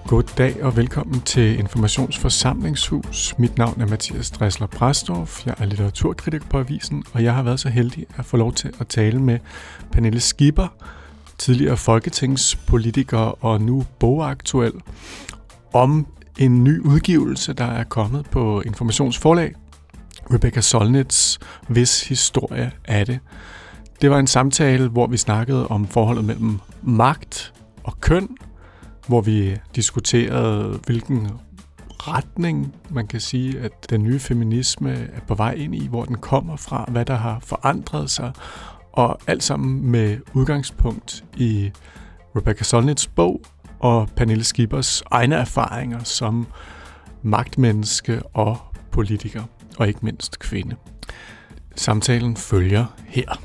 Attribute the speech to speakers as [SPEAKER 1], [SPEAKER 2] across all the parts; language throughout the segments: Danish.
[SPEAKER 1] Goddag og velkommen til Informationsforsamlingshus. Mit navn er Mathias Dressler Præstorff. Jeg er litteraturkritiker på Avisen, og jeg har været så heldig at få lov til at tale med Pernille Skipper, tidligere folketingspolitiker og nu bogaktuel, om en ny udgivelse, der er kommet på Informationsforlag. Rebecca Solnits Hvis historie er det. Det var en samtale, hvor vi snakkede om forholdet mellem magt og køn, hvor vi diskuterede, hvilken retning man kan sige, at den nye feminisme er på vej ind i, hvor den kommer fra, hvad der har forandret sig, og alt sammen med udgangspunkt i Rebecca Solnits bog og Pernille Skippers egne erfaringer som magtmenneske og politiker, og ikke mindst kvinde. Samtalen følger her.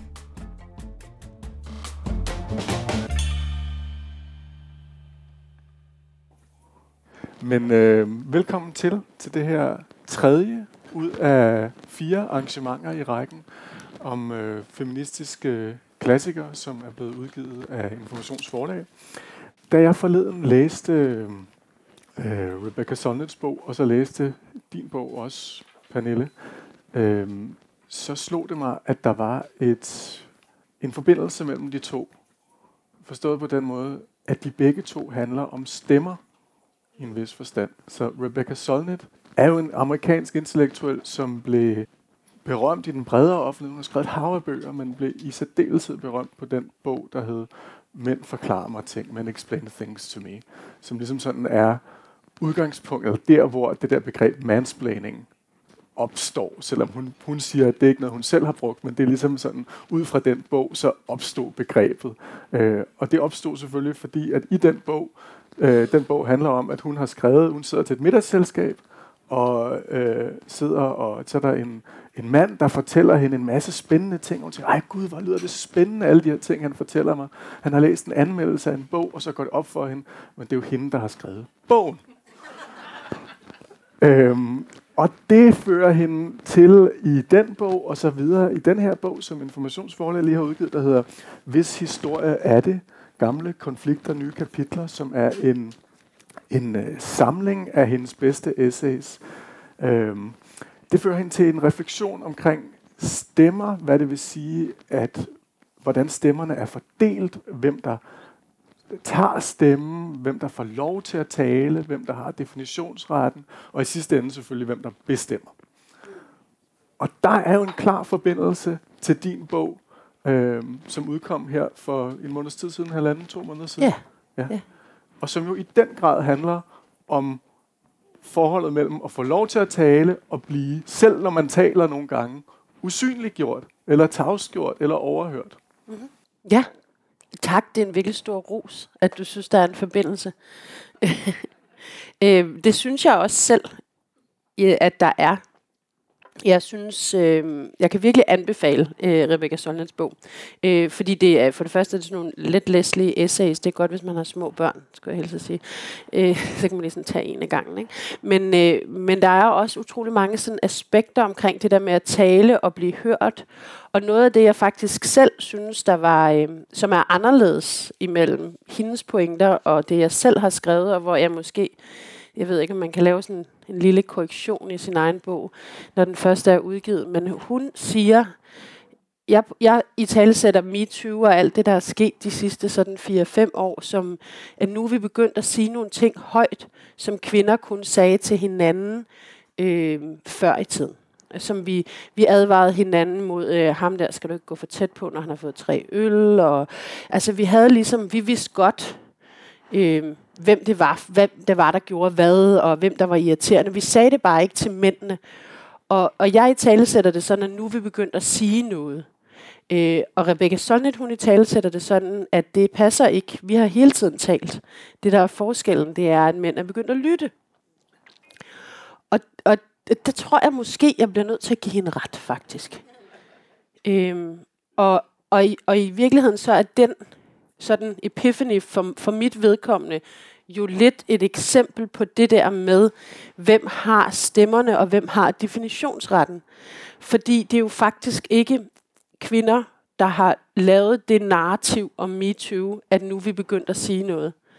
[SPEAKER 1] Men velkommen til det her tredje ud af 4 arrangementer i rækken om feministiske klassikere, som er blevet udgivet af Informationsforlag. Da jeg forleden læste Rebecca Solnits bog, og så læste din bog også, Pernille, så slog det mig, at der var en forbindelse mellem de to. Forstået på den måde, at de begge to handler om stemmer i en vis forstand. Så Rebecca Solnit er jo en amerikansk intellektuel, som blev berømt i den bredere offentlighed. Hun har skrevet et hav af bøger, men blev i særdeleshed berømt på den bog, der hed Mænd forklarer mig ting, Men explain things to me, som ligesom sådan er udgangspunkt, eller der, hvor det der begreb mansplaining opstår, selvom hun siger, at det ikke er noget, hun selv har brugt, men det er ligesom sådan, ud fra den bog, så opstod begrebet. Og det opstod selvfølgelig, fordi at i den bog handler om, at hun sidder til et middagsselskab, og sidder, og så er der en mand, der fortæller hende en masse spændende ting. Hun siger, ej gud, hvor lyder det spændende, alle de her ting, han fortæller mig. Han har læst en anmeldelse af en bog, og så går det op for hende, men det er jo hende, der har skrevet bogen. Og det fører hende til i den bog, og så videre i den her bog, som Informationsforlag lige har udgivet, der hedder Hvis historie er det, gamle konflikter, nye kapitler, som er en samling af hendes bedste essays. Det fører hende til en refleksion omkring stemmer, hvad det vil sige, hvordan stemmerne er fordelt, hvem der tager stemmen, hvem der får lov til at tale, hvem der har definitionsretten, og i sidste ende selvfølgelig, hvem der bestemmer. Og der er jo en klar forbindelse til din bog, som udkom her for en måneds tid siden, 1,5-2 måneder siden. Ja. Og som jo i den grad handler om forholdet mellem at få lov til at tale og blive, selv når man taler nogle gange, usynliggjort, eller tavsgjort, eller overhørt.
[SPEAKER 2] Mm-hmm. Ja, tak. Det er en virkelig stor ros, at du synes, der er en forbindelse. Det synes jeg også selv, at der er. Jeg synes, jeg kan virkelig anbefale Rebecca Solnits bog, fordi det er for det første sådan nogle let læselige essays. Det er godt, hvis man har små børn, skulle jeg helst sige. Så kan man ligesom tage en af gangen, ikke? Men der er også utrolig mange sådan aspekter omkring det der med at tale og blive hørt. Og noget af det, jeg faktisk selv synes, der var, som er anderledes imellem hendes pointer og det, jeg selv har skrevet, og hvor jeg måske... Jeg ved ikke, om man kan lave sådan en lille korrektion i sin egen bog, når den første er udgivet. Men hun siger, jeg italesætter MeToo og alt det, der er sket de sidste sådan 4-5 år, som at nu er vi begyndt at sige nogle ting højt, som kvinder kun sagde til hinanden før i tiden. Som vi advarede hinanden mod, ham der skal du ikke gå for tæt på, når han har fået 3 øl. Og, altså vi vidste godt... hvem det var, der gjorde hvad, og hvem der var irriterende. Vi sagde det bare ikke til mændene. Og jeg italesætter det sådan, at nu er vi begyndt at sige noget. Og Rebecca Solnit, hun italesætter det sådan, at det passer ikke. Vi har hele tiden talt. Det, der er forskellen, det er, at mænd er begyndt at lytte. Og der tror jeg måske, jeg bliver nødt til at give hende ret, faktisk. Og i virkeligheden så er den sådan epiphany for mit vedkommende jo lidt et eksempel på det der med, hvem har stemmerne, og hvem har definitionsretten. Fordi det er jo faktisk ikke kvinder, der har lavet det narrativ om MeToo, at nu vi begyndt at sige noget.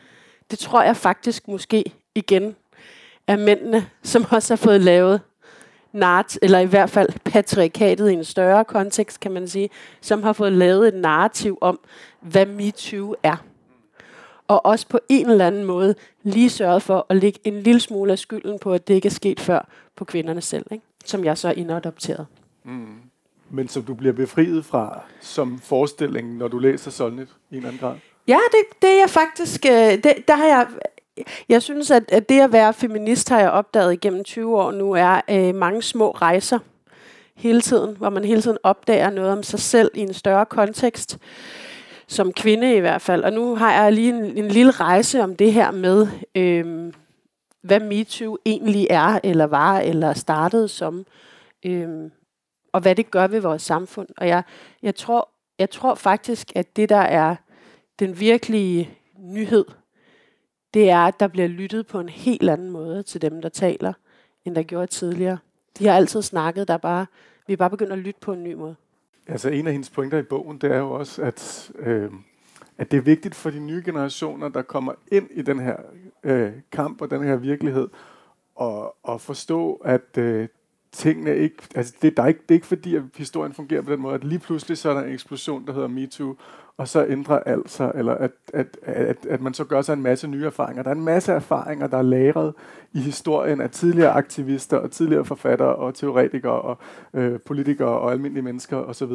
[SPEAKER 2] det tror jeg faktisk måske igen er mændene, som også har fået lavet eller i hvert fald patriarkatet i en større kontekst, kan man sige, som har fået lavet et narrativ om, hvad MeToo er. Og også på en eller anden måde lige sørget for at lægge en lille smule af skylden på, at det ikke er sket før på kvinderne selv, ikke? Som jeg så er inadopteret.
[SPEAKER 1] Men som du bliver befriet fra som forestilling, når du læser Solnit i en anden grad?
[SPEAKER 2] Ja, det er jeg faktisk... Der har jeg synes, at det at være feminist, har jeg opdaget igennem 20 år nu, er mange små rejser hele tiden, hvor man hele tiden opdager noget om sig selv i en større kontekst, som kvinde i hvert fald. Og nu har jeg lige en lille rejse om det her med, hvad MeToo egentlig er, eller var, eller startede som, og hvad det gør ved vores samfund. Og jeg tror faktisk, at det, der er den virkelige nyhed, det er, at der bliver lyttet på en helt anden måde til dem, der taler, end der gjorde tidligere. De har altid snakket, vi er bare begyndt at lytte på en ny måde.
[SPEAKER 1] Altså en af hendes pointer i bogen, det er jo også, at det er vigtigt for de nye generationer, der kommer ind i den her kamp og den her virkelighed, og forstå, at tingene ikke... Altså det er ikke fordi, at historien fungerer på den måde, at lige pludselig så er der en eksplosion, der hedder MeToo, og så ændrer alt sig, eller at man så gør sig en masse nye erfaringer. Der er en masse erfaringer, der er lagret i historien af tidligere aktivister, og tidligere forfattere, og teoretikere, og politikere, og almindelige mennesker, osv.,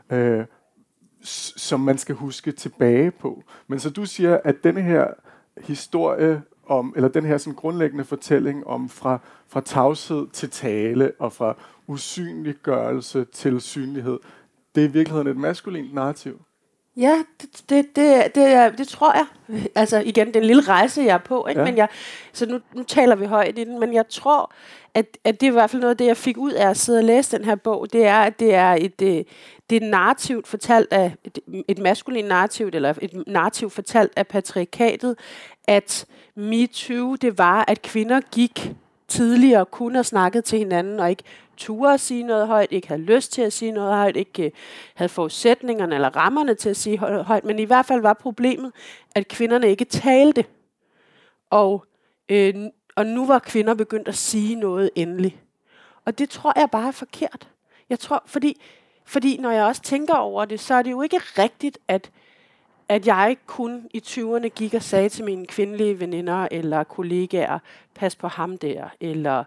[SPEAKER 1] som man skal huske tilbage på. Men så du siger, at denne her historie om, eller den her sådan grundlæggende fortælling om fra tavshed til tale, og fra usynliggørelse til synlighed, det er i virkeligheden et maskulint narrativ.
[SPEAKER 2] Ja, det tror jeg. Altså igen, det er en lille rejse, jeg er på, ikke?
[SPEAKER 1] Ja.
[SPEAKER 2] Men så nu taler vi højt i den, men jeg tror, at det er i hvert fald noget af det, jeg fik ud af at sidde og læse den her bog, det er, at det er et narrativ fortalt af, et maskulin narrativ, eller et narrativ fortalt af patriarkatet, at MeToo, det var, at kvinder gik tidligere kun og snakkede til hinanden, og ikke turde at sige noget højt, ikke havde lyst til at sige noget højt, ikke havde forudsætningerne eller rammerne til at sige højt, men i hvert fald var problemet, at kvinderne ikke talte. Og nu var kvinder begyndt at sige noget endelig. Og det tror jeg bare er forkert. Jeg tror, fordi når jeg også tænker over det, så er det jo ikke rigtigt, at jeg kun i 20'erne gik og sagde til mine kvindelige veninder eller kollegaer, pas på ham der, eller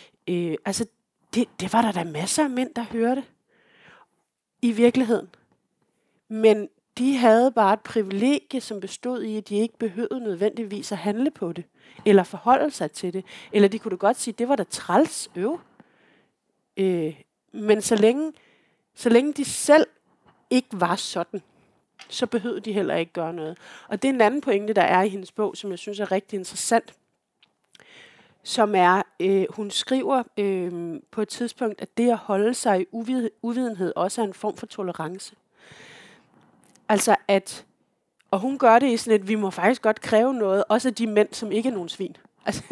[SPEAKER 2] det var der masser af mænd, der hørte i virkeligheden. Men de havde bare et privilegie, som bestod i, at de ikke behøvede nødvendigvis at handle på det, eller forholde sig til det. Eller de kunne da godt sige, det var da træls men så længe de selv ikke var sådan, så behøvede de heller ikke gøre noget. Og det er en anden pointe, der er i hendes bog, som jeg synes er rigtig interessant, som er, hun skriver på et tidspunkt, at det at holde sig i uvidenhed også er en form for tolerance. Altså og hun gør det i sådan et, vi må faktisk godt kræve noget, også af de mænd, som ikke er nogen svin. Altså,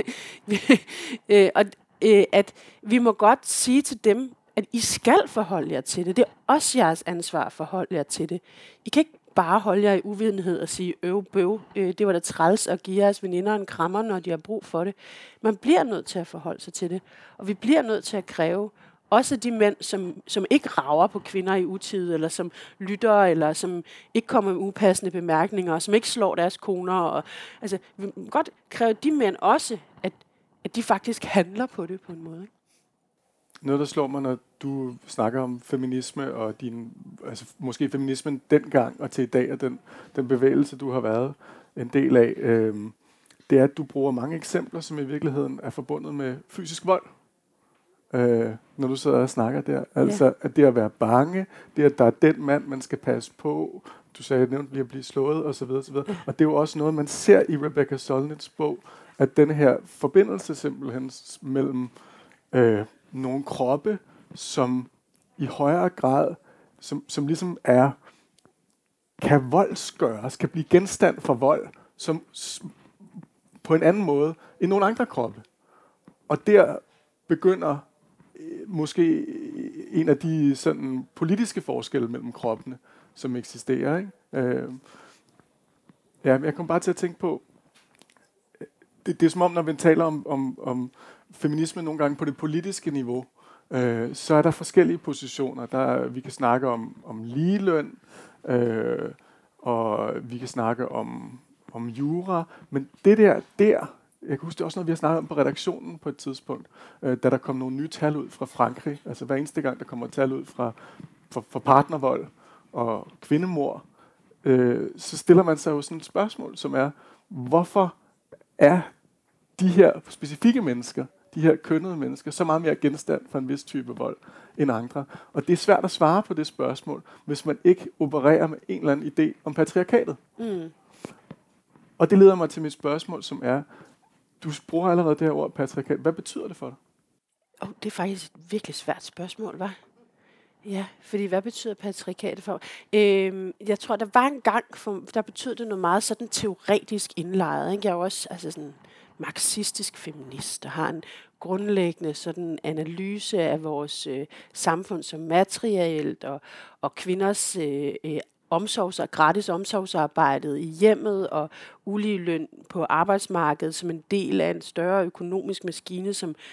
[SPEAKER 2] at vi må godt sige til dem, at I skal forholde jer til det. Det er også jeres ansvar at forholde jer til det. I kan ikke bare holde jer i uvidenhed og sige, bøv, det var da træls at give jeres veninder en krammer, når de har brug for det. Man bliver nødt til at forholde sig til det. Og vi bliver nødt til at kræve, også de mænd, som ikke rager på kvinder i utide, eller som lytter, eller som ikke kommer med upassende bemærkninger, og som ikke slår deres koner. Vi må godt kræve de mænd også, at de faktisk handler på det på en måde. Ikke?
[SPEAKER 1] Noget, der slår mig, når du snakker om feminisme, og måske feminismen dengang og til i dag, og den bevægelse, du har været en del af, det er, at du bruger mange eksempler, som i virkeligheden er forbundet med fysisk vold. Når du sidder og snakker der. Altså, at det at være bange, det at der er den mand, man skal passe på, du sagde, at nævnt lige at blive slået, osv. Og det er jo også noget, man ser i Rebecca Solnits bog, at den her forbindelse simpelthen mellem nogle kroppe, som i højere grad, som ligesom kan voldsgøres, kan blive genstand for vold, som på en anden måde end nogle andre kroppe. Og der begynder måske en af de sådan politiske forskelle mellem kroppene, som eksisterer. Ikke? Jeg kom bare til at tænke på, det er som om, når vi taler om feminisme nogle gange på det politiske niveau, så er der forskellige positioner. Vi kan snakke om ligeløn, og vi kan snakke om jura, men det der, jeg kan huske, det er også noget, vi har snakket om på redaktionen på et tidspunkt, da der kom nogle nye tal ud fra Frankrig. Altså hver eneste gang, der kommer tal ud for partnervold og kvindemord, så stiller man sig jo sådan et spørgsmål, som er, hvorfor er de her specifikke mennesker, de her kønnede mennesker, så meget mere genstand for en vis type vold end andre? Og det er svært at svare på det spørgsmål, hvis man ikke opererer med en eller anden idé om patriarkatet. Mm. Og det leder mig til mit spørgsmål, som er, du bruger allerede det her ord patriarkat. Hvad betyder det for dig?
[SPEAKER 2] Det er faktisk et virkelig svært spørgsmål, hva'? Ja, fordi hvad betyder patriarkatet for? Jeg tror, der var en gang, der betød det noget meget sådan teoretisk indlejret. Ikke? Jeg er jo også sådan marxistisk feminist, der har en grundlæggende sådan analyse af vores samfund som materielt, og kvinders gratis omsorgsarbejdet i hjemmet og ulige løn på arbejdsmarkedet som en del af en større økonomisk maskine,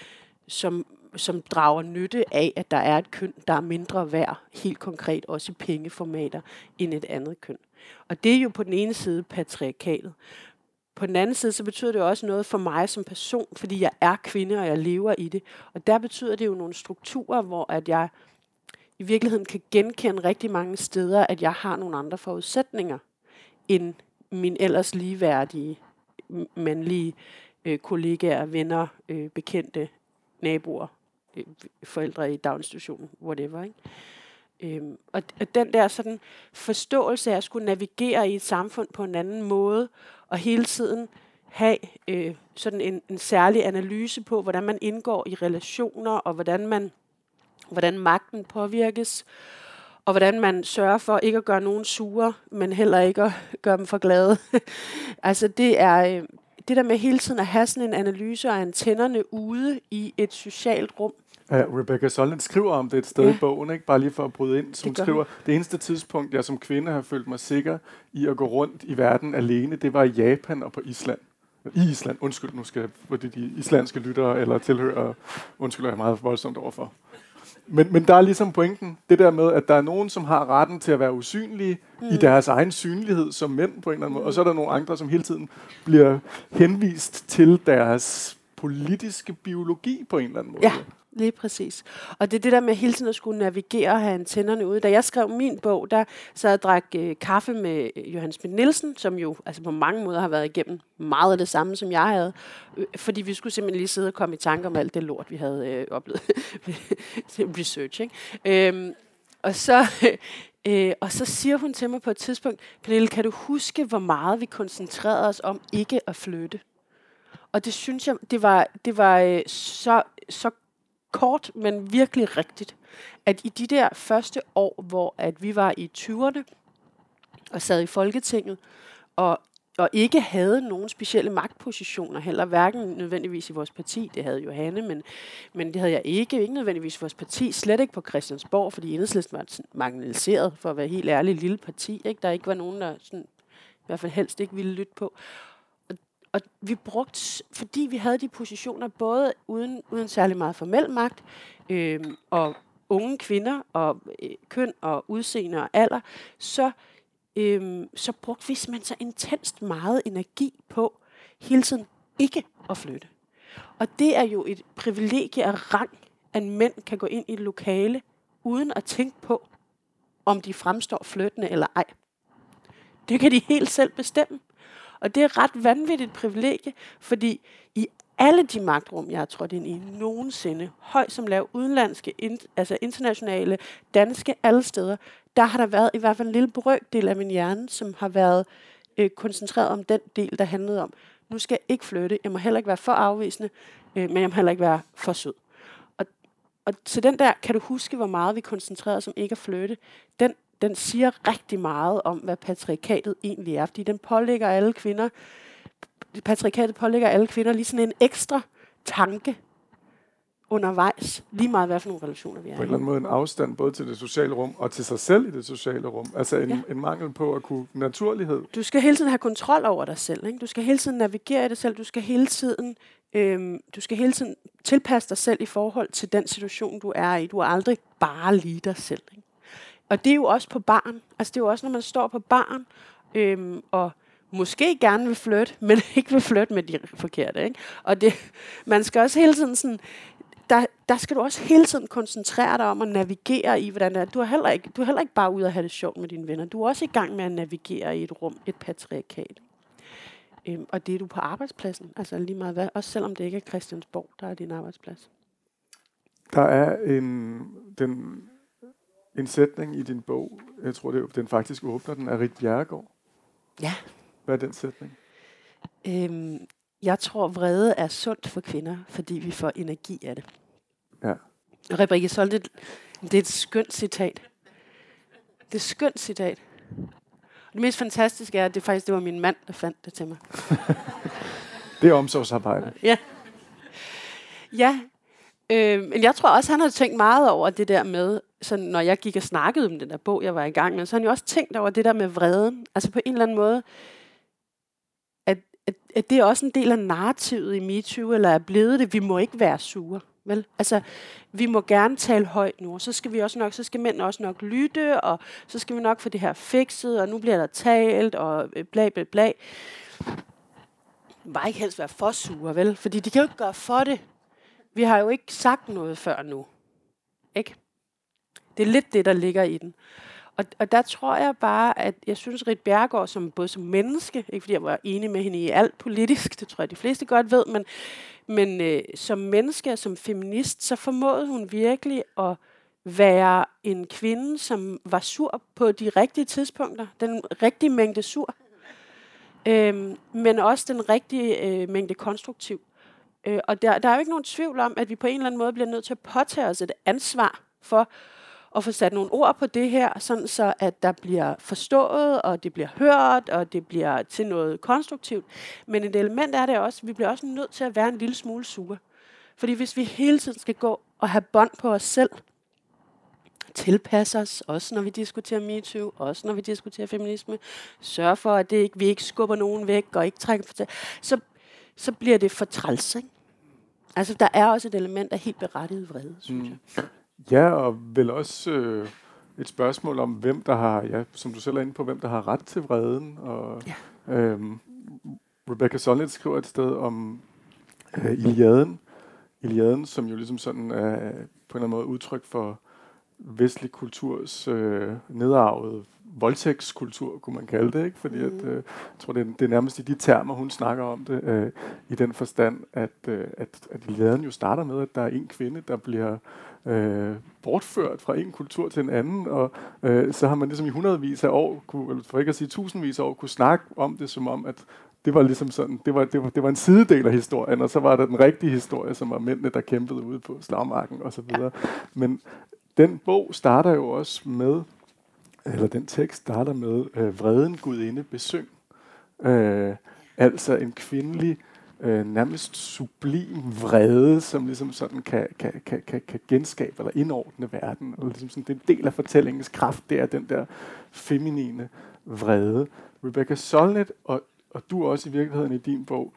[SPEAKER 2] som drager nytte af, at der er et køn, der er mindre værd, helt konkret også i pengeformater, end et andet køn. Og det er jo på den ene side patriarkatet. På den anden side, så betyder det også noget for mig som person, fordi jeg er kvinde, og jeg lever i det. Og der betyder det jo nogle strukturer, hvor at jeg i virkeligheden kan genkende rigtig mange steder, at jeg har nogle andre forudsætninger end mine ellers ligeværdige mandlige kollegaer, venner, bekendte, naboer, forældre i daginstitutionen, whatever. Ikke? Og den der sådan forståelse af at skulle navigere i et samfund på en anden måde, og hele tiden have sådan en særlig analyse på, hvordan man indgår i relationer, og hvordan magten påvirkes, og hvordan man sørger for ikke at gøre nogen sure, men heller ikke at gøre dem for glade. Altså det er det der med hele tiden at have sådan en analyse og antennerne ude i et socialt rum.
[SPEAKER 1] Ja, Rebecca Solnit skriver om det et sted i bogen, ikke? Bare lige for at bryde ind, som skriver, det eneste tidspunkt, jeg som kvinde har følt mig sikker i at gå rundt i verden alene, det var i Japan og på Island. I Island, undskyld, nu skal fordi de islandske lyttere eller tilhører, undskylder jeg meget voldsomt overfor. Men der er ligesom pointen, det der med, at der er nogen, som har retten til at være usynlige i deres egen synlighed som mænd på en eller anden måde, og så er der nogle andre, som hele tiden bliver henvist til deres politiske biologi på en eller anden måde.
[SPEAKER 2] Ja, lige præcis. Og det er det der med hele tiden at skulle navigere og have antennerne ude. Da jeg skrev min bog, der så jeg drak kaffe med Johan Schmidt-Nielsen, som jo altså på mange måder har været igennem meget af det samme, som jeg havde. Fordi vi skulle simpelthen lige sidde og komme i tanke om alt det lort, vi havde oplevet. Research, ikke? Og så siger hun til mig på et tidspunkt, Pernille, kan du huske, hvor meget vi koncentrerede os om ikke at flytte? Og det synes jeg, det var så kort, men virkelig rigtigt, at i de der første år, hvor at vi var i 20'erne og sad i Folketinget, og ikke havde nogen specielle magtpositioner heller, hverken nødvendigvis i vores parti, det havde Johanne, men det havde jeg ikke nødvendigvis i vores parti, slet ikke på Christiansborg, fordi Enhedslisten var marginaliseret, for at være helt ærlig, lille parti, ikke? Der ikke var nogen, der sådan, i hvert fald helst ikke ville lytte på. Og vi brugte, fordi vi havde de positioner, både uden særlig meget formel magt, og unge kvinder, og køn, og udseende og alder, så brugte vi simpelthen så intenst meget energi på hele tiden ikke at flytte. Og det er jo et privilegie af rang, at mænd kan gå ind i et lokale, uden at tænke på, om de fremstår flyttende eller ej. Det kan de helt selv bestemme. Og det er ret vanvittigt privilegie, fordi i alle de magtrum, jeg har trådt ind i nogensinde, høj som lav, udenlandske, altså internationale, danske, alle steder, der har der været i hvert fald en lille brøkdel af min hjerne, som har været koncentreret om den del, der handlede om, nu skal jeg ikke flytte, jeg må heller ikke være for afvisende, men jeg må heller ikke være for sød. Og så den der, kan du huske, hvor meget vi koncentrerede os om ikke at flytte, den siger rigtig meget om, hvad patriarkatet egentlig er, fordi den pålægger alle kvinder, patriarkatet pålægger alle kvinder lige sådan en ekstra tanke undervejs, lige meget hvad for nogle relationer vi er i.
[SPEAKER 1] På en eller anden måde en afstand både til det sociale rum og til sig selv i det sociale rum. Altså en mangel på at kunne naturlighed.
[SPEAKER 2] Du skal hele tiden have kontrol over dig selv. Ikke? Du skal hele tiden navigere i dig selv. Du skal hele tiden tilpasse dig selv i forhold til den situation, du er i. Du er aldrig bare lige dig selv. Ikke? Og det er jo også på baren. Altså det er jo også, når man står på baren og måske gerne vil flytte, men ikke vil flytte med de forkerte. Ikke? Og man skal også hele tiden sådan... Der skal du også hele tiden koncentrere dig om at navigere i, hvordan det er. Du er heller ikke bare ude at have det sjovt med dine venner. Du er også i gang med at navigere i et rum, et patriarkat. Og det er du på arbejdspladsen. Altså lige meget hvad. Også selvom det ikke er Christiansborg, der er din arbejdsplads.
[SPEAKER 1] Der er en sætning i din bog, jeg tror, den faktisk åbner den, af Ritt Bjerregaard.
[SPEAKER 2] Ja.
[SPEAKER 1] Hvad er den sætning?
[SPEAKER 2] Jeg tror, vrede er sundt for kvinder, fordi vi får energi af det.
[SPEAKER 1] Ja.
[SPEAKER 2] Rebecca Solnit, det er et skønt citat. Det er et skønt citat. Det mest fantastiske er, at det var min mand, der fandt det til mig.
[SPEAKER 1] Det er omsorgsarbejde.
[SPEAKER 2] Ja. Ja. Men jeg tror også, han har tænkt meget over det der med, så når jeg gik og snakkede om den der bog, jeg var i gang med, så har han jo også tænkt over det der med vreden. Altså på en eller anden måde, at det er også en del af narrativet i MeToo, eller er blevet det. Vi må ikke være sure, vel? Altså, vi må gerne tale højt nu, og så skal mænd også nok lytte, og så skal vi nok få det her fikset, og nu bliver der talt, og bla bla bla. Bare ikke helst være for sure, vel? Fordi de kan jo ikke gøre for det. Vi har jo ikke sagt noget før nu. Ikke? Det er lidt det, der ligger i den. Og der tror jeg bare, at jeg synes, Ritt Bjerregaard, både som menneske, ikke fordi jeg var enig med hende i alt politisk, det tror jeg, de fleste godt ved, men som menneske og som feminist, så formåede hun virkelig at være en kvinde, som var sur på de rigtige tidspunkter, den rigtige mængde sur, men også den rigtige mængde konstruktiv. Og der er jo ikke nogen tvivl om, at vi på en eller anden måde bliver nødt til at påtage os et ansvar for at få sat nogle ord på det her, sådan så at der bliver forstået, og det bliver hørt, og det bliver til noget konstruktivt. Men et element er det også, vi bliver også nødt til at være en lille smule sure. Fordi hvis vi hele tiden skal gå og have bånd på os selv, tilpasse os, også når vi diskuterer MeToo, også når vi diskuterer feminisme, sørge for, at vi ikke skubber nogen væk, og ikke trækker for så bliver det for træls, ikke? Altså, der er også et element af helt berettiget vrede, synes jeg.
[SPEAKER 1] Ja, og vel også et spørgsmål om, hvem der har, som du selv er inde på, hvem der har ret til vreden. Og Rebecca Solnit skriver et sted om Iliaden, som jo ligesom sådan på en eller anden måde udtryk for vestlig kulturs nedarvede voldtægtskultur, kunne man kalde det, ikke? Fordi at, jeg tror, det er nærmest i de termer, hun snakker om det, i den forstand, at Iliaden jo starter med, at der er en kvinde, der bliver bortført fra en kultur til en anden, og så har man ligesom i hundredvis af år, for ikke at sige tusindvis af år, kunne snakke om det, som om, at det var ligesom sådan, det var en sidedel af historien, og så var der den rigtige historie, som var mændene, der kæmpede ude på slagmarken, og så videre. Men den bog starter jo også med, eller den tekst starter med, vreden gudinde besøg. Altså en kvindelig, nærmest sublim vrede, som ligesom sådan kan genskabe eller indordne verden. Og ligesom sådan, det er en del af fortællingens kraft, det er den der feminine vrede. Rebecca Solnit, og du også i virkeligheden i din bog,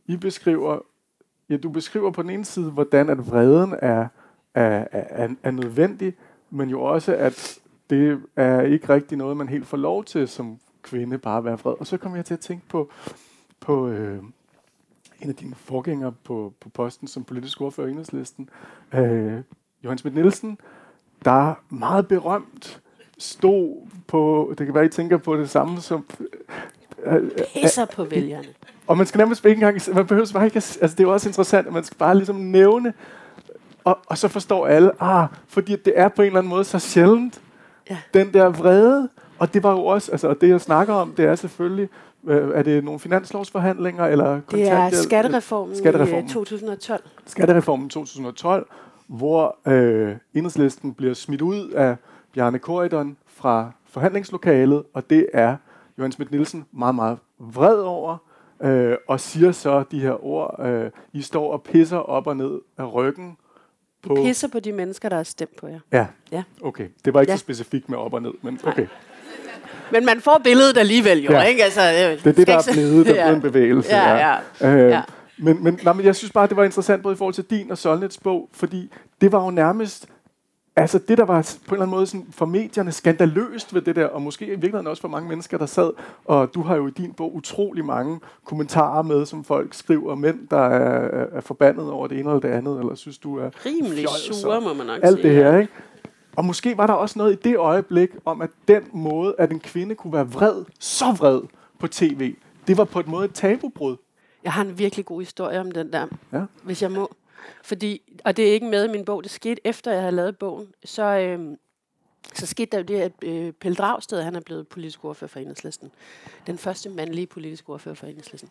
[SPEAKER 1] du beskriver på den ene side, hvordan at vreden er nødvendig, men jo også, at det er ikke rigtig noget, man helt får lov til som kvinde, bare at være vred. Og så kommer jeg til at tænke på en af dine forgængere på posten som politisk ordfører i Enhedslisten, Johan Schmidt-Nielsen, der meget berømt stod på, det kan være, I tænker på det samme som...
[SPEAKER 2] Pisser på vælgerne.
[SPEAKER 1] Og man skal nærmest ikke engang, man behøver bare ikke, altså det er jo også interessant, at man skal bare ligesom nævne, og så forstår alle, fordi det er på en eller anden måde så sjældent, den der vrede, og det var jo også, altså det jeg snakker om, det er selvfølgelig, er det nogle finanslovsforhandlinger, eller
[SPEAKER 2] det er skattereformen i 2012.
[SPEAKER 1] Skattereformen 2012, hvor Enhedslisten bliver smidt ud af Bjarne Corydon fra forhandlingslokalet, og det er Johan Schmidt-Nielsen meget, meget vred over, og siger så de her ord, I står og pisser op og ned af ryggen
[SPEAKER 2] I pisser på de mennesker, der har stemt på jer.
[SPEAKER 1] Ja,
[SPEAKER 2] Ja.
[SPEAKER 1] Okay. Det var ikke så specifikt med op og ned, men okay.
[SPEAKER 2] Men man får billedet alligevel jo, ikke? Altså,
[SPEAKER 1] det er det, der er blevet, der er en bevægelse.
[SPEAKER 2] Ja.
[SPEAKER 1] Men jeg synes bare, det var interessant både i forhold til din og Solnets bog, fordi det var jo nærmest, altså det, der var på en eller anden måde sådan, for medierne skandaløst ved det der, og måske i virkeligheden også for mange mennesker, der sad, og du har jo i din bog utrolig mange kommentarer med, som folk skriver, mænd, der er forbandet over det ene eller det andet, eller synes, du er
[SPEAKER 2] rimelig sure, må man nok
[SPEAKER 1] alt
[SPEAKER 2] sige.
[SPEAKER 1] Det her, ikke? Og måske var der også noget i det øjeblik, om at den måde, at en kvinde kunne være vred, så vred på tv, det var på en måde et tabubrud.
[SPEAKER 2] Jeg har en virkelig god historie om den der, hvis jeg må. Fordi, og det er ikke med i min bog, det skete efter, jeg havde lavet bogen. Så skete der jo det, at Pelle Dragsted, han er blevet politisk ordfører for Enhedslisten. Den første mandlige politisk ordfører for Enhedslisten.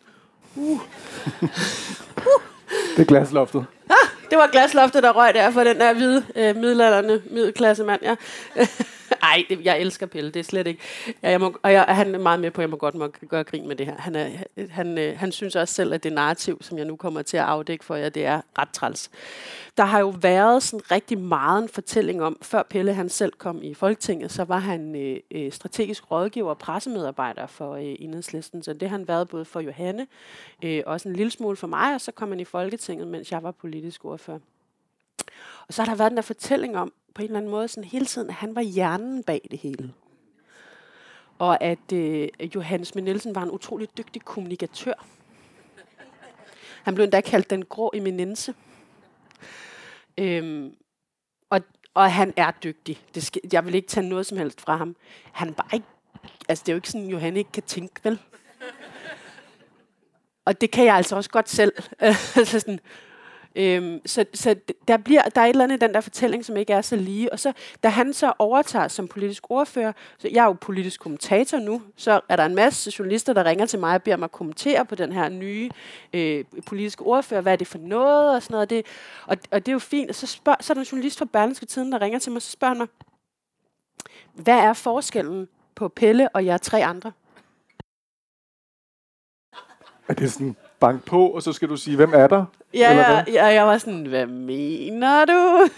[SPEAKER 1] Det er glasloftet.
[SPEAKER 2] Det var glasloftet, der røg der for den der hvide, middelalderne, middelklassemand. Ja. Ej, jeg elsker Pelle, det er slet ikke. Han er meget med på, at jeg må gøre grin med det her. Han synes også selv, at det narrativ, som jeg nu kommer til at afdække for jer, det er ret træls. Der har jo været sådan rigtig meget en fortælling om, før Pelle han selv kom i Folketinget, så var han strategisk rådgiver og pressemedarbejder for Enhedslisten. Så det har han været både for Johanne, også en lille smule for mig, og så kom han i Folketinget, mens jeg var politisk ordfører. Og så har der været den der fortælling om, på en eller anden måde, sådan hele tiden, at han var hjernen bag det hele. Og at Johannes Schmidt Nielsen var en utrolig dygtig kommunikatør. Han blev endda kaldt den grå eminence. Og han er dygtig. Jeg vil ikke tage noget som helst fra ham. Han bare ikke, altså det er jo ikke sådan, Johanne ikke kan tænke, vel? Og det kan jeg altså også godt selv. Altså sådan, så der er et eller andet i den der fortælling, som ikke er så lige. Og så, da han så overtager som politisk ordfører, så jeg er jo politisk kommentator nu, så er der en masse journalister, der ringer til mig og beder mig at kommentere på den her nye politiske ordfører. Hvad er det for noget? Og sådan noget. Og det er jo fint. Og så er der en journalist fra Berlingske Tidende, der ringer til mig, og så spørger han mig, hvad er forskellen på Pelle og jer 3 andre?
[SPEAKER 1] Er det sådan bank på, og så skal du sige, hvem er der?
[SPEAKER 2] Ja, jeg var sådan, hvad mener du?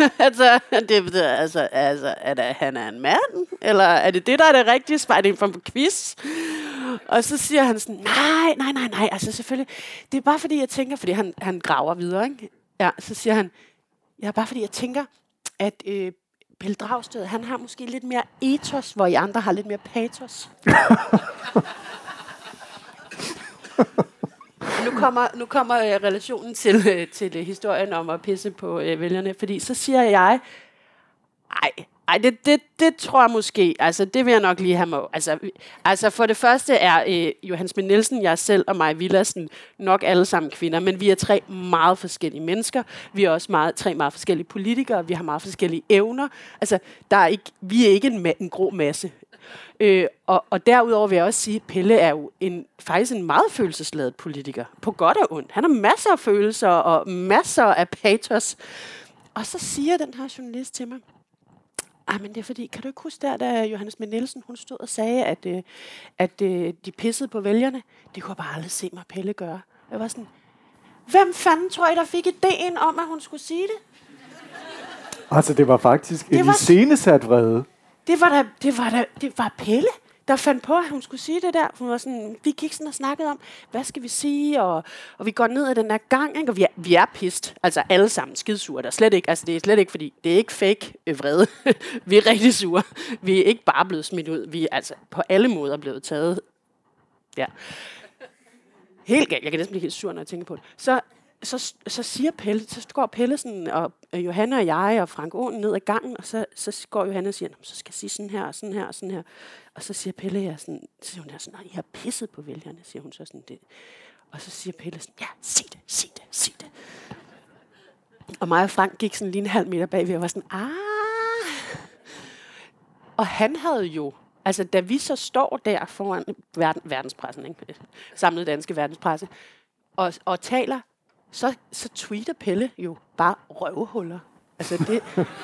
[SPEAKER 2] Han er en mand? Eller er det der er det rigtige svar? Er det en form for quiz? Og så siger han sådan, nej, altså selvfølgelig. Det er bare fordi, jeg tænker, fordi han graver videre, ikke? Ja, så siger han, ja, bare fordi jeg tænker, at Pelle Dragsted, han har måske lidt mere ethos, hvor I andre har lidt mere patos. Nu kommer relationen til historien om at pisse på vælgerne, fordi så siger jeg, det tror jeg måske, altså det vil jeg nok lige have med. Altså for det første er Johannes Schmidt Nielsen, jeg selv og Maja Villadsen nok alle sammen kvinder, men vi er 3 meget forskellige mennesker. Vi er også 3 meget forskellige politikere, vi har meget forskellige evner. Altså vi er ikke en grå masse. Og derudover vil jeg også sige, at Pelle er jo faktisk en meget følelsesladet politiker. På godt og ondt. Han har masser af følelser og masser af patos. Og så siger den her journalist til mig, men det er fordi, kan du ikke huske der, da Johannes Schmidt Nielsen, hun stod og sagde, at de pissede på vælgerne? Det kunne jeg bare aldrig se mig Pelle gøre. Jeg var sådan, hvem fanden tror I, der fik ideen om, at hun skulle sige det?
[SPEAKER 1] Altså, det var faktisk en iscenesat vrede.
[SPEAKER 2] Det var Pelle, der fandt på, at hun skulle sige det der. Hun var sådan, vi gik sådan og snakkede om, hvad skal vi sige, og vi går ned ad den her gang, ikke? Og vi er pist, altså alle sammen skidsure. Der er slet ikke, altså det er slet ikke, fordi det er ikke fake vrede. Vi er rigtig sure. Vi er ikke bare blevet smidt ud. Vi er altså på alle måder blevet taget. Ja. Helt galt. Jeg kan næsten blive helt sur, når jeg tænker på det. Så siger Pelle, så går Pelle sådan, og Johanne og jeg og Frank Aaen ned ad gangen, og så går Johanne og siger, så skal jeg sige sådan her, og sådan her, og sådan her. Og så siger Pelle, så siger hun sådan, I har pisset på vælgerne, siger hun så sådan det. Og så siger Pelle sådan, ja, sig det. Og mig og Frank gik sådan lige en halv meter bagved, og var sådan, Og han havde jo, altså da vi så står der foran verdenspressen, ikke? Samlet danske verdenspresse, og taler, så tweeter Pelle jo bare røvhuller. Altså det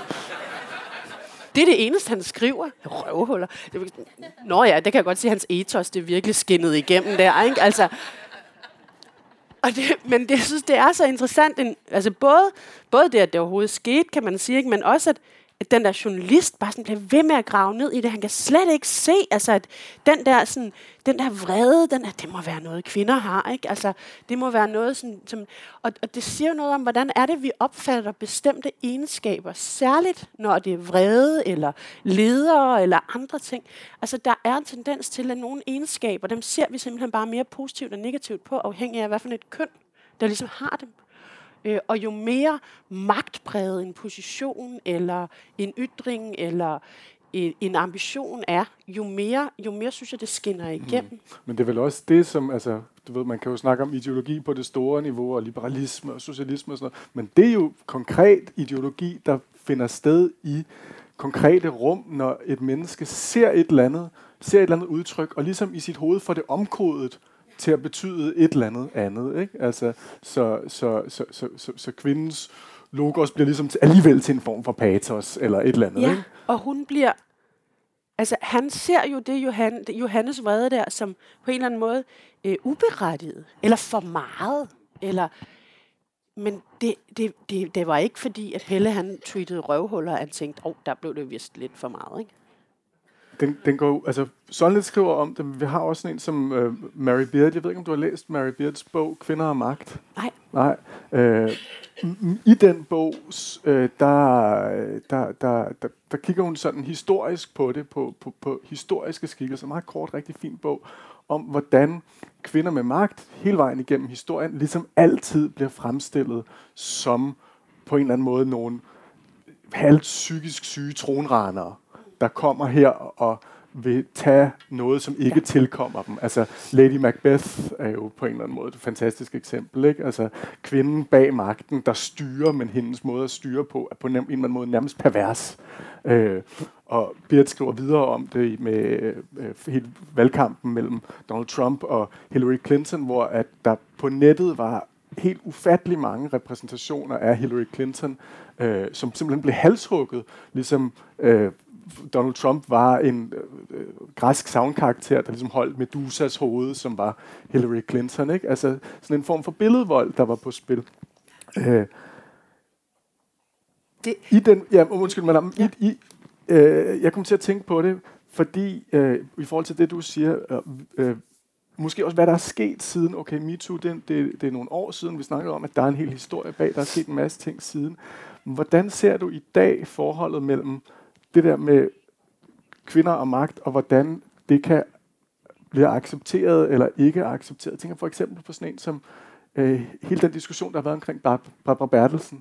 [SPEAKER 2] er det eneste, han skriver. Røvhuller. Nå ja, det kan jeg godt sige, hans ethos, det er virkelig skinnet igennem der, ikke? Altså, Men jeg synes, det er så interessant. Altså både det, at det overhovedet skete, kan man sige, ikke? Men også, at den der journalist bare sådan bliver ved med at grave ned i det. Han kan slet ikke se, altså, at den der vrede, det må være noget, kvinder har, ikke? Altså, det må være noget, som og det siger jo noget om, hvordan er det, vi opfatter bestemte egenskaber, særligt når det er vrede, eller ledere, eller andre ting. Altså, der er en tendens til, at nogle egenskaber, dem ser vi simpelthen bare mere positivt og negativt på, afhængig af, hvad for et køn, der ligesom har dem. Og jo mere magtpræget en position, eller en ytring, eller en ambition er, jo mere synes jeg, det skinner igennem.
[SPEAKER 1] Men det er vel også det, som, altså, du ved, man kan jo snakke om ideologi på det store niveau, og liberalisme og socialisme og sådan noget, men det er jo konkret ideologi, der finder sted i konkrete rum, når et menneske ser et eller andet udtryk, og ligesom i sit hoved får det omkodet til at betyde et eller andet, ikke? Altså, så kvindens logos bliver ligesom alligevel til en form for patos, eller et eller andet,
[SPEAKER 2] ja,
[SPEAKER 1] ikke?
[SPEAKER 2] Og hun bliver... Altså, han ser jo det Johannes vrede der, som på en eller anden måde uberettiget, eller for meget, eller... Men det var ikke fordi, at Helle han tweetede røvhuller, og han tænkte, der blev det vist lidt for meget, ikke?
[SPEAKER 1] Den går, altså, Solnit skriver om det. Vi har også sådan en som Mary Beard. Jeg ved ikke, om du har læst Mary Beards bog, Kvinder og Magt? Nej. I den bog, der kigger hun sådan historisk på det, på historiske skikkelser. Meget kort, rigtig fin bog, om hvordan kvinder med magt hele vejen igennem historien ligesom altid bliver fremstillet som på en eller anden måde nogle halvt psykisk syge tronranere, der kommer her og vil tage noget, som ikke tilkommer dem. Altså, Lady Macbeth er jo på en eller anden måde et fantastisk eksempel, ikke? Altså, kvinden bag magten, der styrer, men hendes måde at styre på, er på en eller anden måde nærmest pervers. Og Beard skriver videre om det med hele valgkampen mellem Donald Trump og Hillary Clinton, hvor at der på nettet var helt ufattelig mange repræsentationer af Hillary Clinton, som simpelthen blev halshugget, ligesom Donald Trump var en græsk sagnkarakter, der ligesom holdt Medusas hoved, som var Hillary Clinton, ikke? Altså sådan en form for billedvold, der var på spil. I den, ja, undskyld, madame, jeg kom til at tænke på det, fordi i forhold til det, du siger, måske også, hvad der er sket siden, okay, MeToo, det er nogle år siden, vi snakkede om, at der er en hel historie bag, der er sket en masse ting siden. Hvordan ser du i dag forholdet mellem det der med kvinder og magt, og hvordan det kan blive accepteret eller ikke accepteret? Jeg tænker for eksempel på sådan en som hele den diskussion, der har været omkring Barbara Bertelsen.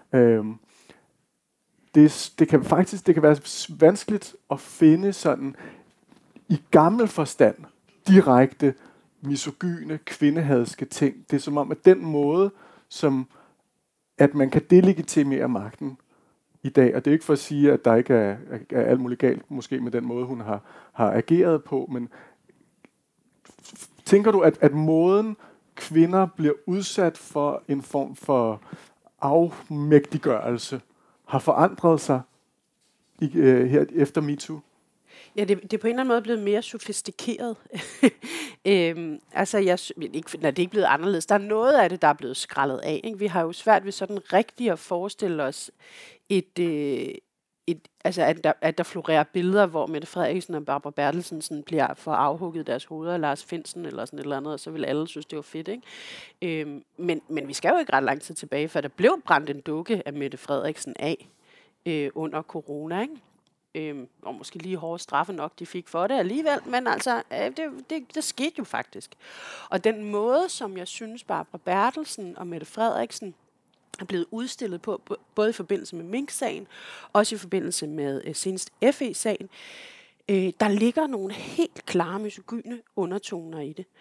[SPEAKER 1] Det kan være vanskeligt at finde sådan i gammel forstand direkte misogyne, kvindehadske ting. Det er som om, at den måde, som at man kan delegitimere magten i dag, og det er ikke for at sige, at der ikke er alt muligt galt, måske med den måde, hun har ageret på, men tænker du, at måden kvinder bliver udsat for en form for afmægtiggørelse, har forandret sig her efter MeToo?
[SPEAKER 2] Ja, det er på en eller anden måde blevet mere sofistikeret. Altså, det er ikke blevet anderledes. Der er noget af det, der er blevet skrællet af, ikke? Vi har jo svært ved sådan rigtigt at forestille os at der florerer billeder, hvor Mette Frederiksen og Barbara Bertelsen sådan bliver for afhugget deres hoveder af Lars Findsen eller sådan et eller andet, og så vil alle synes, det var fedt, ikke? Men vi skal jo ikke ret lang tid tilbage, for der blev brændt en dukke af Mette Frederiksen af under corona, ikke? Og måske lige hårde straffe nok, de fik for det alligevel, men altså, det skete jo faktisk. Og den måde, som jeg synes, Barbara Bertelsen og Mette Frederiksen er blevet udstillet på, både i forbindelse med Mink-sagen, også i forbindelse med senest FE-sagen, der ligger nogle helt klare misogyne undertoner i det.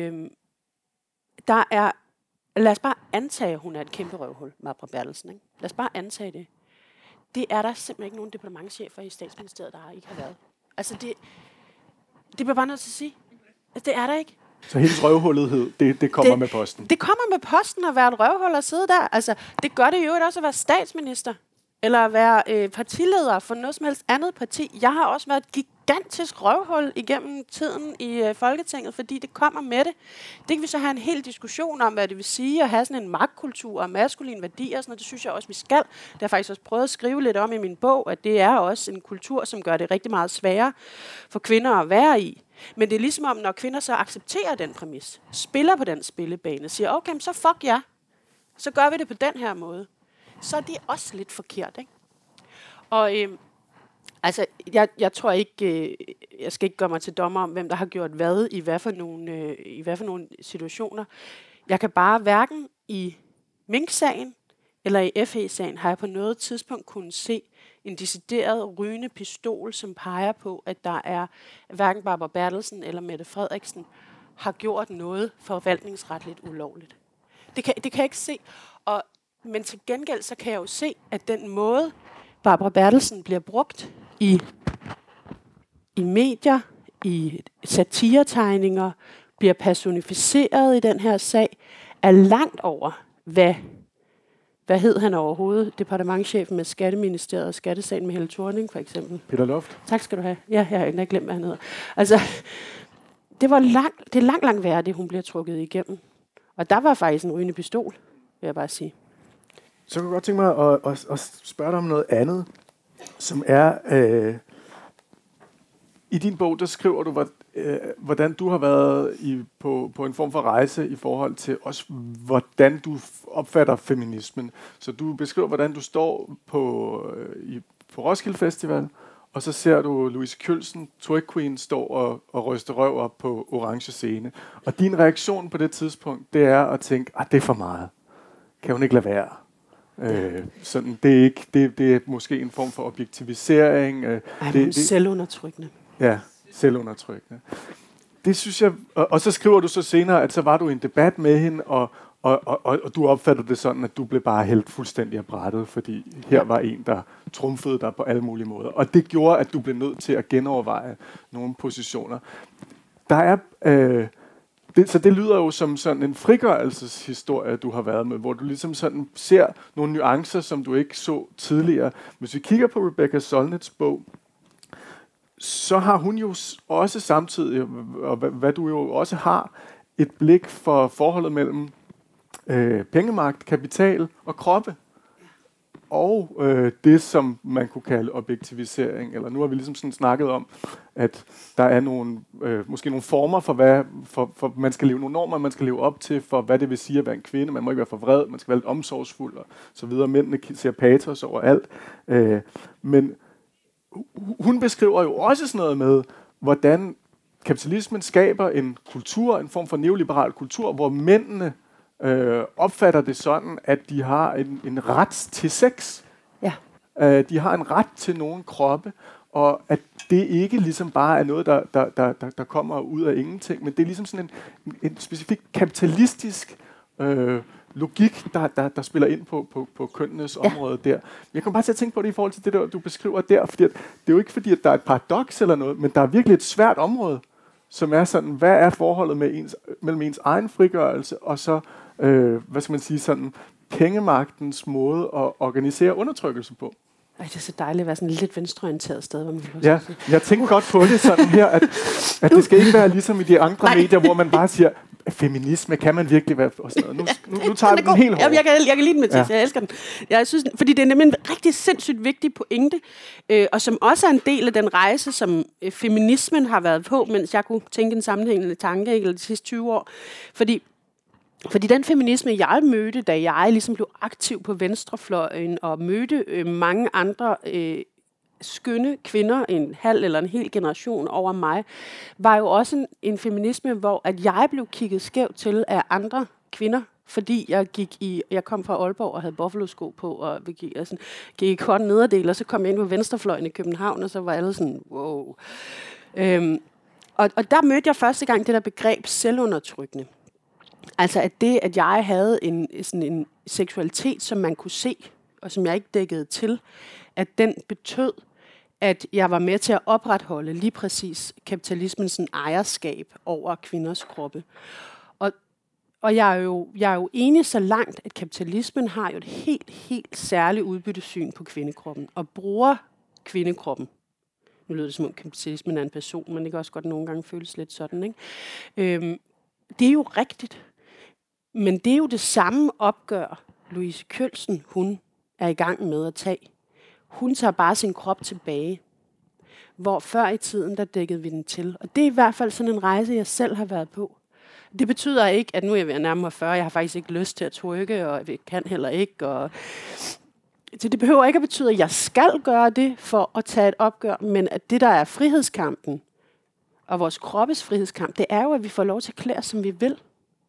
[SPEAKER 2] Lad os bare antage, at hun er et kæmpe røvhul, Barbara Bertelsen, ikke? Lad os bare antage det. Det er der simpelthen ikke nogen departementschefer i Statsministeriet, der ikke har været. Altså, det bliver bare nødt til at sige. Altså, det er der ikke.
[SPEAKER 1] Så hendes røvhullethed, det kommer med posten?
[SPEAKER 2] Det kommer med posten at være et røvhul og sidde der. Altså, det gør det jo også at være statsminister. eller at være partileder for noget som helst andet parti. Jeg har også været et gigantisk røvhul igennem tiden i Folketinget, fordi det kommer med det. Det kan vi så have en hel diskussion om, hvad det vil sige at have sådan en magtkultur og maskulin værdi og sådan noget. Det synes jeg også, vi skal. Det har jeg faktisk også prøvet at skrive lidt om i min bog, at det er også en kultur, som gør det rigtig meget sværere for kvinder at være i. Men det er ligesom om, når kvinder så accepterer den præmis, spiller på den spillebane, siger, okay, så fuck ja, så gør vi det på den her måde. Så er det også lidt forkert, ikke? Og altså, jeg tror ikke, jeg skal ikke gøre mig til dommer om, hvem der har gjort hvad i hvad for nogle situationer. Jeg kan bare hverken i Mink-sagen eller i FE-sagen har jeg på noget tidspunkt kunnet se en decideret rygende pistol, som peger på, at der er hverken Barbara Bertelsen eller Mette Frederiksen har gjort noget forvaltningsretligt ulovligt. Det kan jeg ikke se. Men til gengæld så kan jeg jo se, at den måde, Barbara Bertelsen bliver brugt i medier, i satiretegninger, bliver personificeret i den her sag, er langt over, hvad hed han overhovedet? Departementschefen med Skatteministeriet og Skattesagen med Helle Thorning, for eksempel.
[SPEAKER 1] Peter Loft.
[SPEAKER 2] Tak skal du have. Ja, jeg har ikke glemt, hvad han hedder. Altså, det er langt værre, det hun bliver trukket igennem. Og der var faktisk en rygende pistol, vil jeg bare sige.
[SPEAKER 1] Så kan jeg godt tænke mig at spørge dig om noget andet, som er... I din bog, der skriver du, hvordan du har været på en form for rejse i forhold til også, hvordan du opfatter feminismen. Så du beskriver, hvordan du står på Roskilde Festival, og så ser du Louise Kjølsen, Twerk Queen, stå og ryste røv op på orange scene. Og din reaktion på det tidspunkt, det er at tænke, det er for meget. Kan hun ikke lade være? Sådan, det er måske en form for objektivisering.
[SPEAKER 2] Det er selvundertrykkende.
[SPEAKER 1] Ja, selvundertrykkende. Det synes jeg, og så skriver du så senere, at så var du i en debat med hende, og du opfattede det sådan, at du blev bare hældt fuldstændig af brættet, fordi her var en, der trumfede dig på alle mulige måder. Og det gjorde, at du blev nødt til at genoverveje nogle positioner. Der er... Så det lyder jo som sådan en frigørelseshistorie, du har været med, hvor du ligesom sådan ser nogle nuancer, som du ikke så tidligere. Hvis vi kigger på Rebecca Solnits bog, så har hun jo også samtidig, og hvad du jo også har, et blik for forholdet mellem pengemagt, kapital og kroppe. Og det, som man kunne kalde objektivisering. Eller nu har vi ligesom sådan snakket om, at der er nogle, måske nogle former for man skal leve, nogle normer, man skal leve op til, for hvad det vil sige at være en kvinde. Man må ikke være for vred, man skal være lidt omsorgsfuld og så videre. Mændene ser patos overalt. Men hun beskriver jo også sådan noget med, hvordan kapitalismen skaber en kultur, en form for neoliberal kultur, hvor mændene opfatter det sådan, at de har en ret til sex. Ja. De har en ret til nogle kroppe, og at det ikke ligesom bare er noget, der kommer ud af ingenting, men det er ligesom sådan en specifik kapitalistisk logik, der spiller ind på kønnenes område der. Jeg kommer bare til at tænke på det i forhold til det, der, du beskriver der, fordi det er jo ikke fordi, at der er et paradoks eller noget, men der er virkelig et svært område, som er sådan, hvad er forholdet mellem ens egen frigørelse, og så, hvad skal man sige, sådan pengemagtens måde at organisere undertrykkelse på.
[SPEAKER 2] Det er så dejligt at være sådan et lidt venstreorienteret sted, hvor man kan
[SPEAKER 1] ja, jeg tænker godt på det sådan her, at det skal ikke være ligesom i de andre medier, hvor man bare siger, feminisme, kan man virkelig være og sådan noget. Nu tager vi den helt hårdt.
[SPEAKER 2] Jeg kan lide den, Mathias. Ja. Jeg elsker den. Jeg synes, fordi det er nemlig en rigtig sindssygt vigtig pointe, og som også er en del af den rejse, som feminismen har været på, mens jeg kunne tænke en sammenhængende tanke eller de sidste 20 år. Fordi den feminisme, jeg mødte, da jeg ligesom blev aktiv på venstrefløjen og mødte mange andre skønne kvinder, en halv eller en hel generation over mig, var jo også en feminisme, hvor at jeg blev kigget skævt til af andre kvinder, fordi jeg kom fra Aalborg og havde Buffalo-sko på, og gik i kort nederdel, og så kom jeg ind på venstrefløjen i København, og så var alle sådan, wow. Og der mødte jeg første gang det der begreb selvundertrykkende. Altså at jeg havde en seksualitet, som man kunne se, og som jeg ikke dækkede til, at den betød, at jeg var med til at opretholde lige præcis kapitalismens ejerskab over kvinders kroppe. Og jeg er jo enig så langt, at kapitalismen har jo et helt særligt udbyttesyn på kvindekroppen, og bruger kvindekroppen. Nu lyder det som om kapitalismen er en person, men det kan også godt nogle gange føles lidt sådan, ikke? Det er jo rigtigt. Men det er jo det samme opgør, Louise Kølsen, hun er i gang med at tage. Hun tager bare sin krop tilbage. Hvor før i tiden, der dækkede vi den til. Og det er i hvert fald sådan en rejse, jeg selv har været på. Det betyder ikke, at nu er jeg ved at nærme mig 40. Jeg har faktisk ikke lyst til at trykke, og jeg kan heller ikke. Så det behøver ikke at betyde, at jeg skal gøre det for at tage et opgør, men at det, der er frihedskampen, og vores kroppes frihedskamp, det er jo, at vi får lov til at klæde os, som vi vil.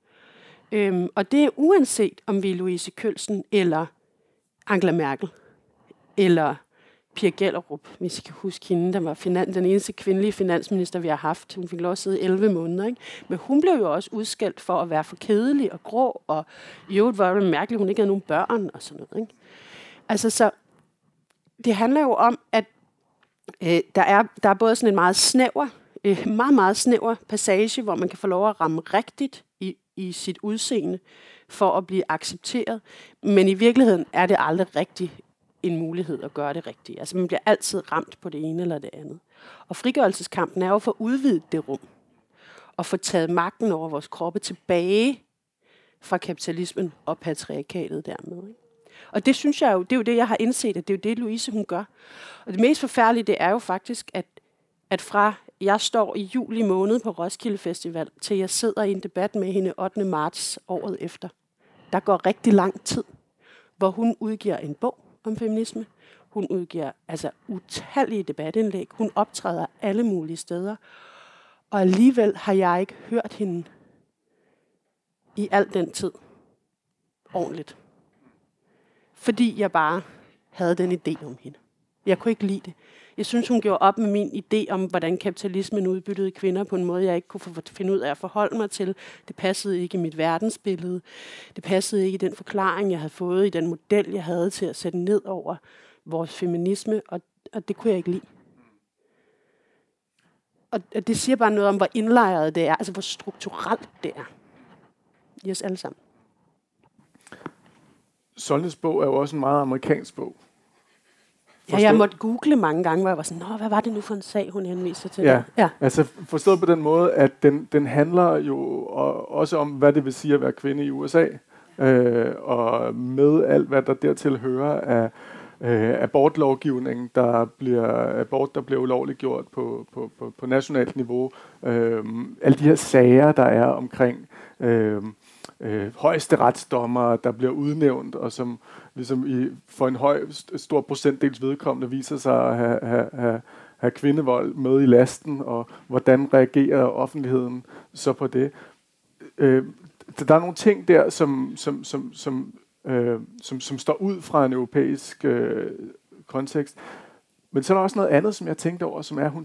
[SPEAKER 2] Og det er uanset, om vi er Louise Kølsen, eller Angela Merkel, eller Pia Gellerup, hvis I kan huske hende, der var den eneste kvindelige finansminister, vi har haft. Hun fik lov at sidde 11 måneder. Ikke? Men hun blev jo også udskældt for at være for kedelig og grå, og i øvrigt var det mærkeligt, at hun ikke havde nogen børn og sådan noget. Ikke? Altså, så det handler jo om, at der er både sådan en meget snæver passage, hvor man kan få lov at ramme rigtigt i sit udseende for at blive accepteret. Men i virkeligheden er det aldrig rigtigt en mulighed at gøre det rigtigt. Altså man bliver altid ramt på det ene eller det andet. Og frigørelseskampen er jo for at udvide det rum. Og få taget magten over vores kroppe tilbage fra kapitalismen og patriarkatet dermed. Ikke? Og det synes jeg jo, det er jo det, jeg har indset, at det er jo det, Louise hun gør. Og det mest forfærdelige, det er jo faktisk, at fra jeg står i juli måned på Roskilde Festival, til jeg sidder i en debat med hende 8. marts året efter. Der går rigtig lang tid, hvor hun udgiver en bog om feminisme. Hun udgiver altså utallige debatindlæg. Hun optræder alle mulige steder. Og alligevel har jeg ikke hørt hende i al den tid ordentligt. Fordi jeg bare havde den idé om hende. Jeg kunne ikke lide det. Jeg synes, hun gjorde op med min idé om, hvordan kapitalismen udbyttede kvinder på en måde, jeg ikke kunne finde ud af at forholde mig til. Det passede ikke i mit verdensbillede. Det passede ikke i den forklaring, jeg havde fået, i den model, jeg havde til at sætte ned over vores feminisme, og det kunne jeg ikke lide. Og det siger bare noget om, hvor indlejret det er, altså hvor strukturelt det er. I os alle sammen.
[SPEAKER 1] Solnes bog er jo også en meget amerikansk bog.
[SPEAKER 2] Ja, jeg måtte google mange gange, hvor jeg var sådan, hvad var det nu for en sag, hun henviser til?
[SPEAKER 1] Ja, altså forstået på den måde, at den handler jo også om, hvad det vil sige at være kvinde i USA, og med alt, hvad der dertil hører af abortlovgivning, abort, der bliver ulovligt gjort på nationalt niveau, alle de her sager, der er omkring højesteretsdommere, der bliver udnævnt, og som ligesom for en stor procentdels vedkommende viser sig at have kvindevold med i lasten, og hvordan reagerer offentligheden så på det. Der er nogle ting der, som står ud fra en europæisk kontekst. Men så er der også noget andet, som jeg tænkte over, som er, at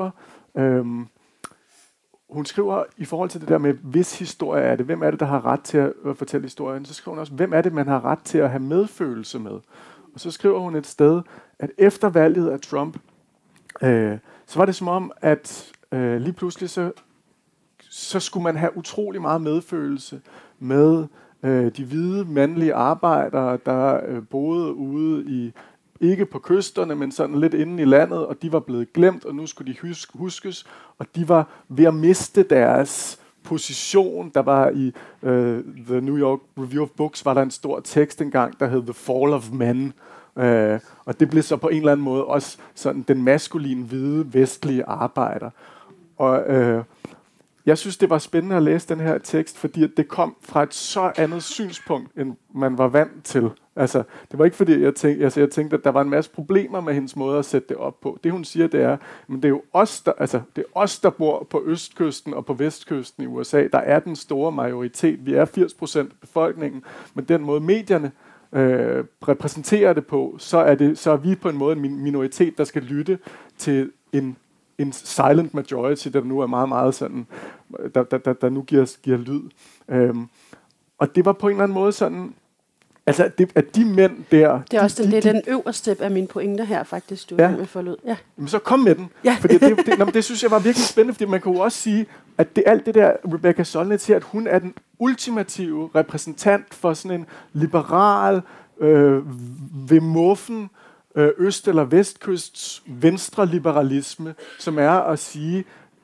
[SPEAKER 1] hun skriver i forhold til det der med, hvis historie er det, hvem er det, der har ret til at fortælle historien, så skriver hun også, hvem er det, man har ret til at have medfølelse med. Og så skriver hun et sted, at efter valget af Trump, så var det som om, at lige pludselig så skulle man have utrolig meget medfølelse med de hvide mandlige arbejdere, der boede ude ikke på kysterne, men sådan lidt inde i landet, og de var blevet glemt, og nu skulle de huskes, og de var ved at miste deres position. Der var i The New York Review of Books, var der en stor tekst engang, der hed The Fall of Men, og det blev så på en eller anden måde også sådan den maskuline, hvide, vestlige arbejder. Og jeg synes, det var spændende at læse den her tekst, fordi det kom fra et så andet synspunkt, end man var vant til. Altså, det var ikke fordi, jeg tænkte, at der var en masse problemer med hendes måde at sætte det op på. Det hun siger, det er, men det er jo os, der bor på østkysten og på vestkysten i USA. Der er den store majoritet. Vi er 80% af befolkningen, men den måde medierne repræsenterer det på, så er vi på en måde en minoritet, der skal lytte til en silent majority, der nu er meget, meget sådan, der nu giver lyd. Og det var på en eller anden måde sådan Altså, at de mænd der...
[SPEAKER 2] Det er også den øverste af mine pointer her, faktisk, du har fået ud. Ja.
[SPEAKER 1] Men så kom med den.
[SPEAKER 2] Ja.
[SPEAKER 1] Fordi det synes jeg var virkelig spændende, fordi man kunne jo også sige, at alt det der, Rebecca Solnit siger, at hun er den ultimative repræsentant for sådan en liberal, ved muffen, øst- eller vestkysts venstreliberalisme, som er at sige,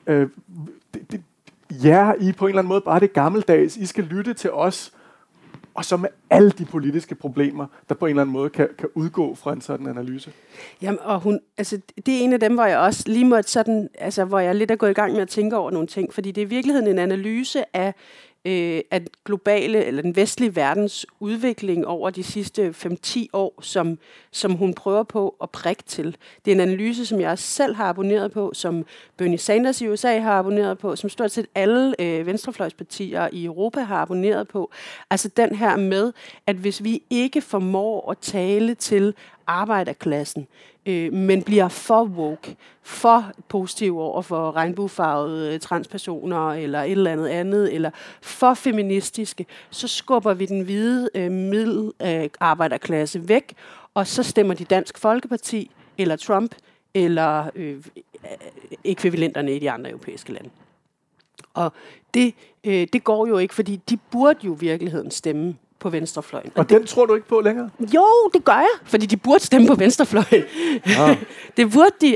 [SPEAKER 1] I på en eller anden måde bare det gammeldags, I skal lytte til os, og så med alle de politiske problemer, der på en eller anden måde kan udgå fra en sådan analyse.
[SPEAKER 2] Jamen, og det er en af dem, hvor jeg også lige måtte sådan, hvor jeg lidt er gået i gang med at tænke over nogle ting, fordi det er i virkeligheden en analyse af globale, eller den vestlige verdens udvikling over de sidste 5-10 år, som hun prøver på at prikke til. Det er en analyse, som jeg selv har abonneret på, som Bernie Sanders i USA har abonneret på, som stort set alle venstrefløjspartier i Europa har abonneret på. Altså den her med, at hvis vi ikke formår at tale til arbejderklassen, men bliver for woke, for positive over for regnbuefarvede transpersoner eller et eller andet, eller for feministiske, så skubber vi den hvide middelarbejderklasse væk, og så stemmer de Dansk Folkeparti, eller Trump, eller ekvivalenterne i de andre europæiske lande. Og det går jo ikke, fordi de burde jo i virkeligheden stemme på venstrefløjen.
[SPEAKER 1] Og den tror du ikke på længere?
[SPEAKER 2] Jo, det gør jeg, fordi de burde stemme på venstrefløjen. Ah. Det burde de.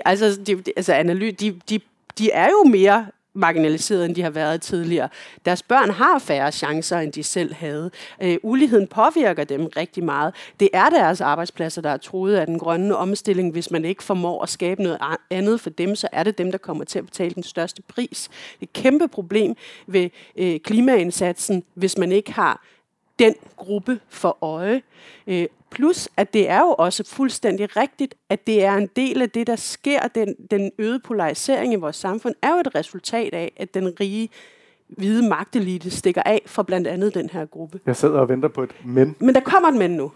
[SPEAKER 2] De er jo mere marginaliseret, end de har været tidligere. Deres børn har færre chancer, end de selv havde. Uligheden påvirker dem rigtig meget. Det er deres arbejdspladser, der er truet af den grønne omstilling. Hvis man ikke formår at skabe noget andet for dem, så er det dem, der kommer til at betale den største pris. Det er et kæmpe problem ved klimaindsatsen, hvis man ikke har den gruppe for øje. Plus, at det er jo også fuldstændig rigtigt, at det er en del af det, der sker. Den øgede polarisering i vores samfund er jo et resultat af, at den rige, hvide magtelite stikker af fra blandt andet den her gruppe.
[SPEAKER 1] Jeg sidder og venter på et men.
[SPEAKER 2] Men der kommer et men nu.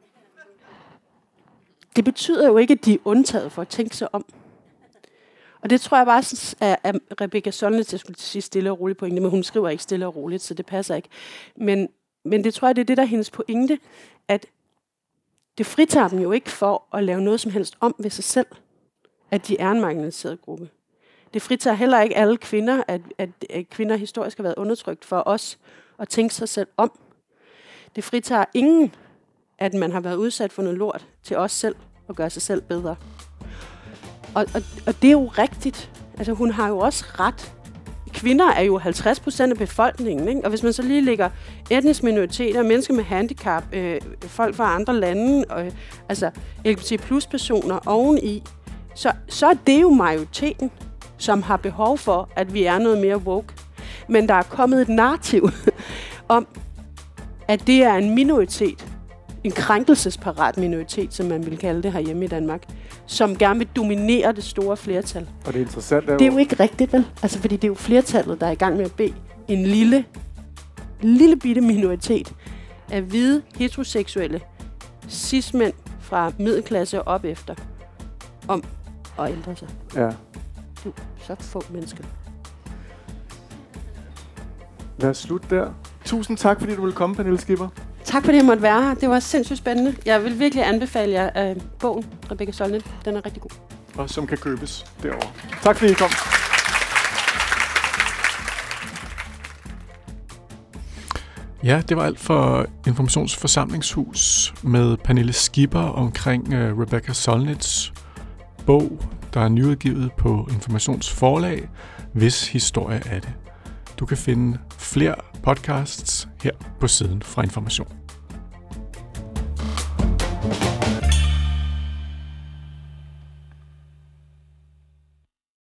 [SPEAKER 2] Det betyder jo ikke, at de er undtaget for at tænke sig om. Og det tror jeg bare er Rebecca Solnit, jeg skulle sige stille og roligt pointe, men hun skriver ikke stille og roligt, så det passer ikke. Men det tror jeg, det er det, der er hendes pointe, at det fritager dem jo ikke for at lave noget som helst om ved sig selv, at de er en marginaliseret gruppe. Det fritager heller ikke alle kvinder, at kvinder historisk har været undertrykt for os at tænke sig selv om. Det fritager ingen, at man har været udsat for noget lort til os selv og gøre sig selv bedre. Og det er jo rigtigt. Altså hun har jo også ret. Kvinder er jo 50% af befolkningen, ikke? Og hvis man så lige lægger etniske minoriteter, mennesker med handicap, folk fra andre lande, altså LGBT+-personer oveni, så er det jo majoriteten, som har behov for, at vi er noget mere woke. Men der er kommet et narrativ om, at det er en minoritet, en krænkelsesparat minoritet, som man vil kalde det herhjemme i Danmark, som gerne vil dominere det store flertal.
[SPEAKER 1] Og det er interessant.
[SPEAKER 2] Det er jo ikke rigtigt, vel? Altså, fordi det er jo flertallet, der er i gang med at bede en lille bitte minoritet af hvide, heteroseksuelle cis-mænd fra middelklasse og op efter, om at ændre sig.
[SPEAKER 1] Ja.
[SPEAKER 2] Så få mennesker.
[SPEAKER 1] Lad os slutte der. Tusind tak, fordi du ville komme, Pernille Skipper.
[SPEAKER 2] Tak fordi jeg måtte være her. Det var sindssygt spændende. Jeg vil virkelig anbefale jer bogen, Rebecca Solnit. Den er rigtig god.
[SPEAKER 1] Og som kan købes derovre. Tak fordi I kom. Ja, det var alt for Informationsforsamlingshus med Pernille Skipper omkring Rebecca Solnits bog, der er nyudgivet på Informationsforlag, hvis historie er det. Du kan finde flere podcasts her på siden fra Information.